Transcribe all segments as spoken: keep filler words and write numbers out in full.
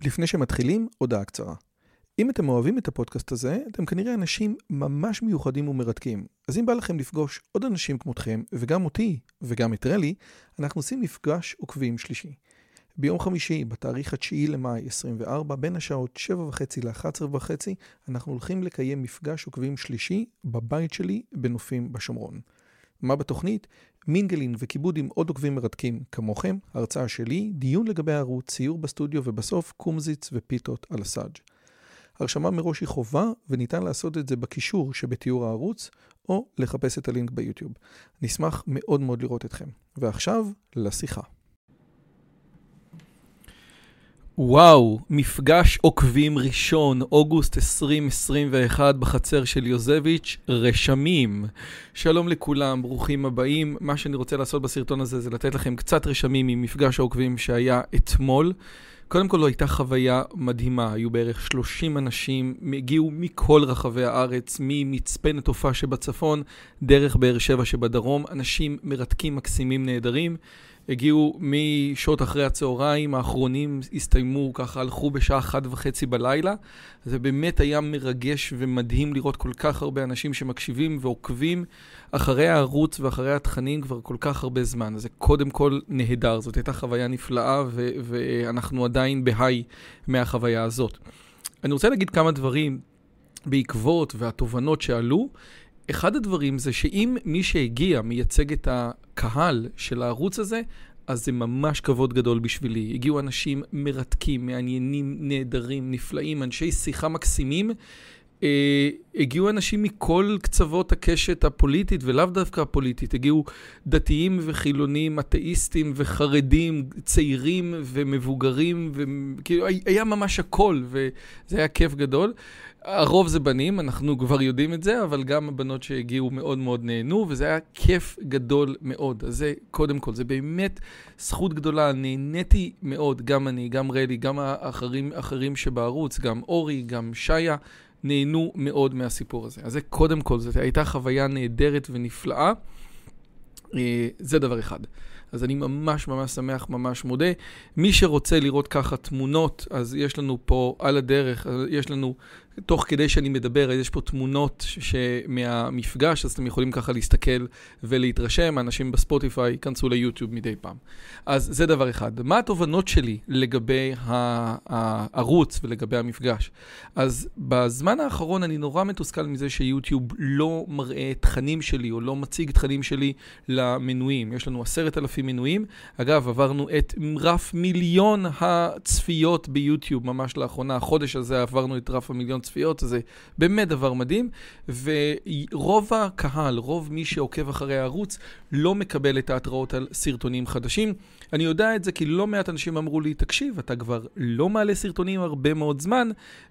לפני שמתחילים, הודעה קצרה. אם אתם אוהבים את הפודקאסט הזה, אתם כנראה אנשים ממש מיוחדים ומרתקים. אז אם בא לכם לפגוש עוד אנשים כמותכם, וגם אותי, וגם את רלי, אנחנו עושים מפגש עוקבים שלישי. ביום חמישי, בתאריך התשיעי למאי עשרים וארבע, בין השעות שבע וחצי ל-אחת עשרה וחצי, אנחנו הולכים לקיים מפגש עוקבים שלישי בבית שלי בנופים בשומרון. מה בתוכנית? מינגלין וכיבוד עם עוד עוקבים מרתקים כמוכם, הרצאה שלי, דיון לגבי הערוץ, ציור בסטודיו ובסוף קומזיץ ופיתות על הסאג'. הרשמה מראש היא חובה וניתן לעשות את זה בקישור שבתיאור הערוץ או לחפש את הלינק ביוטיוב. נשמח מאוד מאוד לראות אתכם. ועכשיו לשיחה. וואו, מפגש עוקבים ראשון, אוגוסט עשרים עשרים ואחת בחצר של יוזביץ', רשמים. שלום לכולם, ברוכים הבאים. מה שאני רוצה לעשות בסרטון הזה זה לתת לכם קצת רשמים ממפגש העוקבים שהיה אתמול. קודם כל, לא הייתה חוויה מדהימה. היו בערך שלושים אנשים, הגיעו מכל רחבי הארץ, ממצפה נטופה שבצפון, דרך באר שבע שבדרום. אנשים מרתקים, מקסימים, נהדרים. הגיעו משעות אחרי הצהריים, האחרונים הסתיימו ככה, הלכו בשעה אחת וחצי בלילה. זה באמת היה מרגש ומדהים לראות כל כך הרבה אנשים שמקשיבים ועוקבים אחרי הערוץ ואחרי התכנים כבר כל כך הרבה זמן. זה קודם כל נהדר, זאת הייתה חוויה נפלאה ו- ואנחנו עדיין בהיי מהחוויה הזאת. אני רוצה להגיד כמה דברים בעקבות והתובנות שעלו. אחד הדברים זה שאם מי שהגיע מייצג את הקהל של הערוץ הזה, אז זה ממש כבוד גדול בשבילי. הגיעו אנשים מרתקים, מעניינים, נהדרים, נפלאים, אנשי שיחה מקסימים. אה, הגיעו אנשים מכל קצוות הקשת הפוליטית ולאו דווקא הפוליטית. הגיעו דתיים וחילונים, אתאיסטים וחרדים, צעירים ומבוגרים, וכאילו היה ממש הכל, וזה היה כיף גדול. הרוב זה בנים, אנחנו כבר יודעים את זה, אבל גם הבנות שהגיעו מאוד מאוד נהנו, וזה היה כיף גדול מאוד. אז זה קודם כל, זה באמת זכות גדולה, נהניתי מאוד, גם אני, גם רלי, גם האחרים, אחרים שבערוץ, גם אורי, גם שיה, נהנו מאוד מהסיפור הזה. אז זה קודם כל, זאת הייתה חוויה נהדרת ונפלאה. זה דבר אחד. אז אני ממש ממש שמח, ממש מודה. מי שרוצה לראות ככה תמונות, אז יש לנו פה על הדרך, יש לנו, תוך כדי שאני מדבר, יש פה תמונות מהמפגש, אז אתם יכולים ככה להסתכל ולהתרשם. אנשים בספוטיפיי כנסו ליוטיוב מדי פעם. אז זה דבר אחד. מה התובנות שלי לגבי הערוץ ולגבי המפגש? אז בזמן האחרון אני נורא מתוסכל מזה שיוטיוב לא מראה תכנים שלי, או לא מציג תכנים שלי למנויים. יש לנו עשרת אלפים מנויים. אגב, עברנו את רף מיליון הצפיות ביוטיוב ממש לאחרונה. החודש הזה עברנו את רף המיליון צפיות, זה באמת דבר מדהים, ורוב הקהל, רוב מי שעוקב אחרי הערוץ, לא מקבל את ההתראות על סרטונים חדשים. אני יודע את זה כי לא מעט אנשים אמרו לי, תקשיב, אתה כבר לא מעלה סרטונים הרבה מאוד זמן,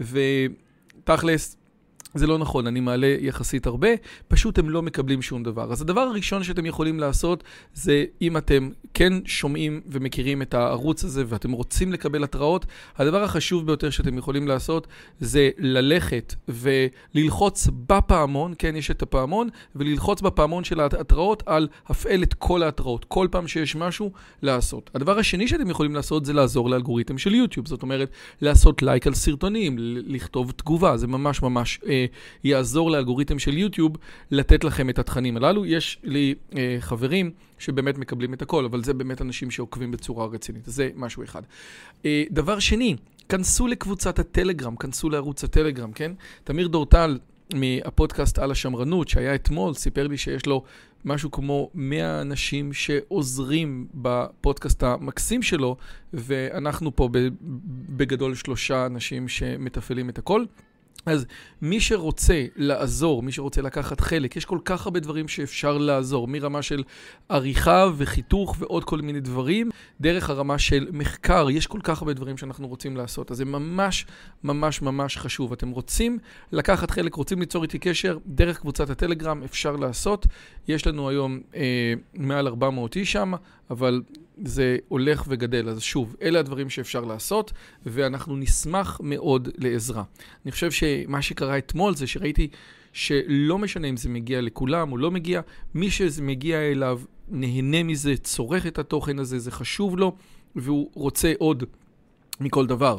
ותכלס, זה לא נכון, אני מעלה יחסית הרבה, פשוט הם לא מקבלים שום דבר. אז הדבר הראשון שאתם יכולים לעשות, זה אם אתם כן שומעים ומכירים את הערוץ הזה, ואתם רוצים לקבל התראות, הדבר החשוב ביותר שאתם יכולים לעשות, זה ללכת וללחוץ בפעמון, כן, יש את הפעמון, וללחוץ בפעמון של ההתראות על הפעל את כל ההתראות, כל פעם שיש משהו לעשות. הדבר השני שאתם יכולים לעשות, זה לעזור לאלגוריתם של יוטיוב, זאת אומרת, לעשות לייק על סרטונים, לכתוב תגובה, זה ממש ממש אה, יעזור לאלגוריתם של יוטיוב לתת לכם את התכנים הללו. יש לי אה, חברים שבאמת מקבלים את הכל, אבל זה באמת אנשים שעוקבים בצורה רצינית. זה משהו אחד. אה, דבר שני, כנסו לקבוצת הטלגרם, כנסו לערוץ הטלגרם, כן? תמיר דורטל מהפודקאסט על השמרנות, שהיה אתמול, סיפר לי שיש לו משהו כמו מאה אנשים שעוזרים בפודקאסט המקסים שלו, ואנחנו פה בגדול שלושה אנשים שמתפעלים את הכל. אז מי שרוצה לעזור, מי שרוצה לקחת חלק, יש כל כך הרבה דברים שאפשר לעזור, מרמה של עריכה וחיתוך ועוד כל מיני דברים, דרך הרמה של מחקר, יש כל כך הרבה דברים שאנחנו רוצים לעשות, אז זה ממש ממש ממש חשוב. אתם רוצים לקחת חלק, רוצים ליצור איתי קשר, דרך קבוצת הטלגרם אפשר לעשות. יש לנו היום אה, מעל ארבע מאות איש שם, אבל זה הולך וגדל. אז שוב, אלה הדברים שאפשר לעשות, ואנחנו נשמח מאוד לעזרה. אני חושב שמה שקרה אתמול זה שראיתי שלא משנה אם זה מגיע לכולם או לא מגיע, מי שזה מגיע אליו נהנה מזה, צורך את התוכן הזה, זה חשוב לו, והוא רוצה עוד מכל דבר.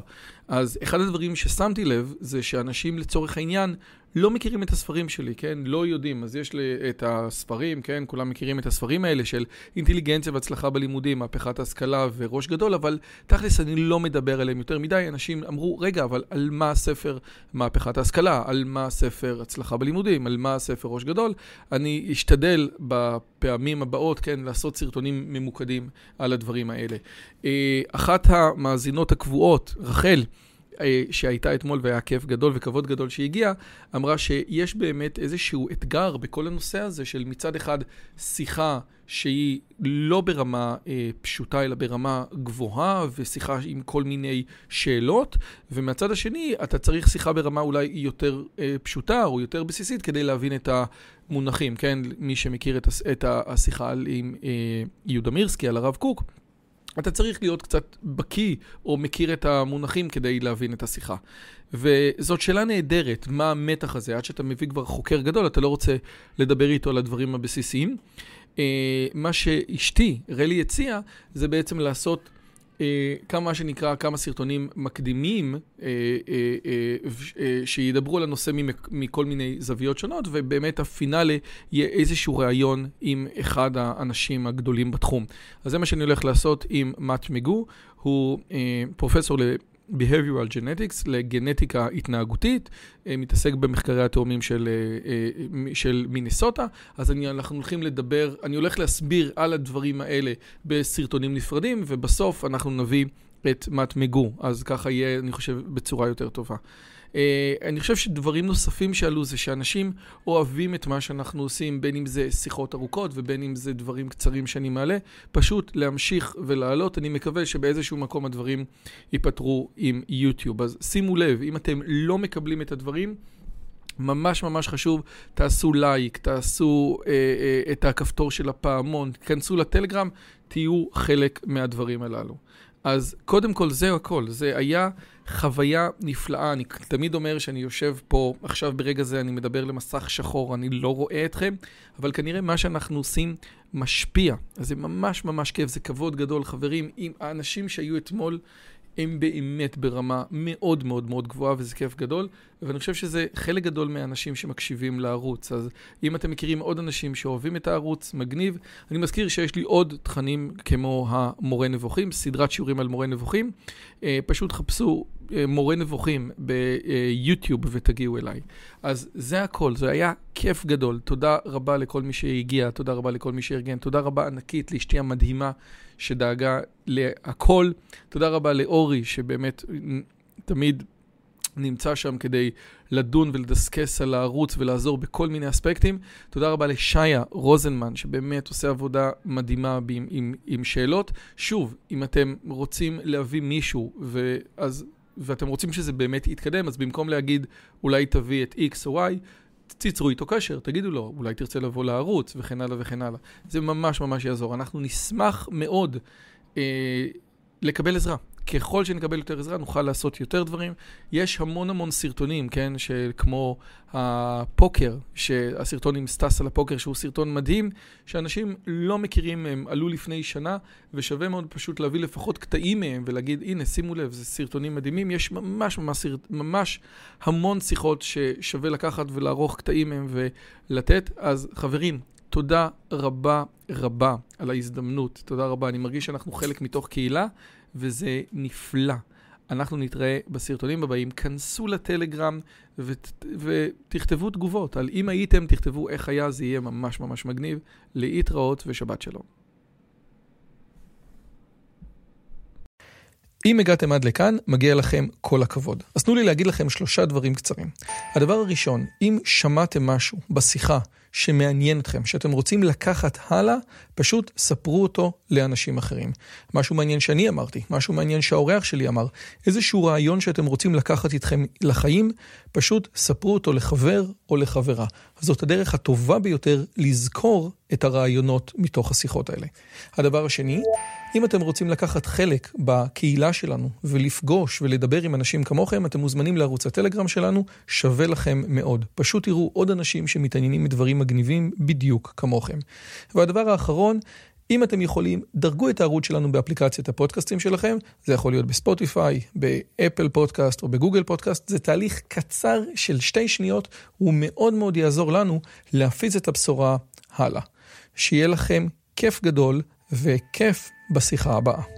אז אחד הדברים ששמתי לב זה שאנשים לצורך העניין לא מכירים את הספרים שלי, כן? לא יודעים. אז יש לי את הספרים, כן? כולם מכירים את הספרים האלה של אינטליגנציה והצלחה בלימודים, מהפכת ההשכלה וראש גדול, אבל תכלס אני לא מדבר עליהם יותר מדי. אנשים אמרו, רגע, אבל על מה הספר מהפכת ההשכלה? על מה הספר הצלחה בלימודים? על מה הספר ראש גדול? אני אשתדל בפעמים הבאות, כן? לעשות סרטונים ממוקדים על הדברים האלה. אחת המאזינות הקבועות, רחל, שהייתה אתמול והיה כיף גדול וכבוד גדול שהגיע, אמרה שיש באמת איזשהו אתגר בכל הנושא הזה של מצד אחד שיחה שהיא לא ברמה אה, פשוטה אלא ברמה גבוהה ושיחה עם כל מיני שאלות, ומצד השני אתה צריך שיחה ברמה אולי יותר אה, פשוטה או יותר בסיסית כדי להבין את המונחים, כן? מי שמכיר את, הס, את השיחה עם אה, יהודה מירסקי על הרב קוק, אתה צריך להיות קצת בקיא או מכיר את המונחים כדי להבין את השיחה. וזאת שאלה נהדרת, מה המתח הזה? עד שאתה מביא כבר חוקר גדול, אתה לא רוצה לדבר איתו על הדברים הבסיסיים. מה שאשתי, רלי הציעה, זה בעצם לעשות כמה שנקרא, כמה סרטונים מקדימים שידברו על הנושא מכל מיני זוויות שונות, ובאמת הפינאלה יהיה איזשהו רעיון עם אחד האנשים הגדולים בתחום. אז זה מה שאני הולך לעשות עם מאט מגו, הוא פרופסור ל-Behavioral Genetics, לגנטיקה התנהגותית, מתעסק במחקרי התאומים של, של מינסוטה, אז אני, אנחנו הולכים לדבר, אני הולך להסביר על הדברים האלה בסרטונים נפרדים, ובסוף אנחנו נביא את מאט מגו, אז ככה יהיה, אני חושב, בצורה יותר טובה. אני חושב שדברים נוספים שעלו זה שאנשים אוהבים את מה שאנחנו עושים, בין אם זה שיחות ארוכות ובין אם זה דברים קצרים שאני מעלה, פשוט להמשיך ולעלות. אני מקווה שבאיזשהו מקום הדברים ייפתרו עם יוטיוב. אז שימו לב, אם אתם לא מקבלים את הדברים, ממש ממש חשוב, תעשו לייק, תעשו אה, אה, את הכפתור של הפעמון, תכנסו לטלגרם, תהיו חלק מהדברים הללו. אז קודם כל זה הכל, זה היה חוויה נפלאה. אני תמיד אומר שאני יושב פה, עכשיו ברגע זה אני מדבר למסך שחור, אני לא רואה אתכם, אבל כנראה מה שאנחנו עושים משפיע. אז זה ממש ממש כיף, זה כבוד גדול. חברים, עם האנשים שהיו אתמול, הם באמת ברמה מאוד מאוד מאוד גבוהה, וזה כיף גדול, ואני חושב שזה חלק גדול מהאנשים שמקשיבים לערוץ. אז אם אתם מכירים עוד אנשים שאוהבים את הערוץ, מגניב. אני מזכיר שיש לי עוד תכנים כמו המורה נבוכים, סדרת שיעורים על מורה נבוכים. פשוט חפשו מורה נבוכים ביוטיוב ותגיעו אליי. אז זה הכל, זה היה כיף גדול. תודה רבה לכל מי שהגיע, תודה רבה לכל מי שארגן, תודה רבה ענקית לאשתי המדהימה שדאגה להכל. תודה רבה לאורי שבאמת תמיד נמצא שם כדי לדון ולדסקס על הערוץ ולעזור בכל מיני אספקטים. תודה רבה לשיה רוזנמן שבאמת עושה עבודה מדהימה עם, עם, עם שאלות. שוב, אם אתם רוצים להביא מישהו ואז, ואתם רוצים שזה באמת יתקדם, אז במקום להגיד אולי תביא את X או Y, תיצרו איתו קשר, תגידו לו, אולי תרצה לבוא לערוץ וכן הלאה וכן הלאה. זה ממש ממש יעזור. אנחנו נשמח מאוד אה, לקבל עזרה. ככל שנקבל יותר עזרה, נוכל לעשות יותר דברים. יש המון המון סרטונים, כן, שכמו הפוקר, שהסרטון עם סטס על הפוקר, שהוא סרטון מדהים, שאנשים לא מכירים, הם עלו לפני שנה, ושווה מאוד פשוט להביא לפחות קטעים מהם, ולהגיד, הנה, שימו לב, זה סרטונים מדהימים. יש ממש ממש, ממש המון שיחות ששווה לקחת ולערוך קטעים מהם ולתת. אז חברים, תודה רבה רבה על ההזדמנות. תודה רבה. אני מרגיש שאנחנו חלק מתוך קהילה, וזה נפלא. אנחנו נתראה בסרטונים הבאים. כנסו לטלגרם ות, ותכתבו תגובות. על אם הייתם, תכתבו איך היה, זה יהיה ממש ממש מגניב. להתראות ושבת שלום. אם הגעתם עד לכאן, מגיע לכם כל הכבוד. אז תנו לי להגיד לכם שלושה דברים קצרים. הדבר הראשון, אם שמעתם משהו בשיחה שמעניין אתכם, שאתם רוצים לקחת הלאה, פשוט ספרו אותו לאנשים אחרים. משהו מעניין שאני אמרתי, משהו מעניין שהאורח שלי אמר, איזשהו רעיון שאתם רוצים לקחת איתכם לחיים, פשוט ספרו אותו לחבר או לחברה. אז זאת הדרך הטובה ביותר לזכור את הרעיונות מתוך השיחות האלה. הדבר השני, אם אתם רוצים לקחת חלק בקהילה שלנו ולפגוש ולדבר עם אנשים כמוכם, אתם מוזמנים לערוץ הטלגרם שלנו, שווה לכם מאוד. פשוט תראו עוד אנשים שמתעניינים מדברים מגניבים בדיוק כמוכם. והדבר האחרון, אם אתם יכולים, דרגו את הערוץ שלנו באפליקציית הפודקאסטים שלכם, זה יכול להיות בספוטיפיי, באפל פודקאסט או בגוגל פודקאסט, זה תהליך קצר של שתי שניות, הוא מאוד מאוד יעזור לנו להפיץ את הבשורה הלאה. שיהיה לכם כיף גדול וכיף בשיחה הבאה.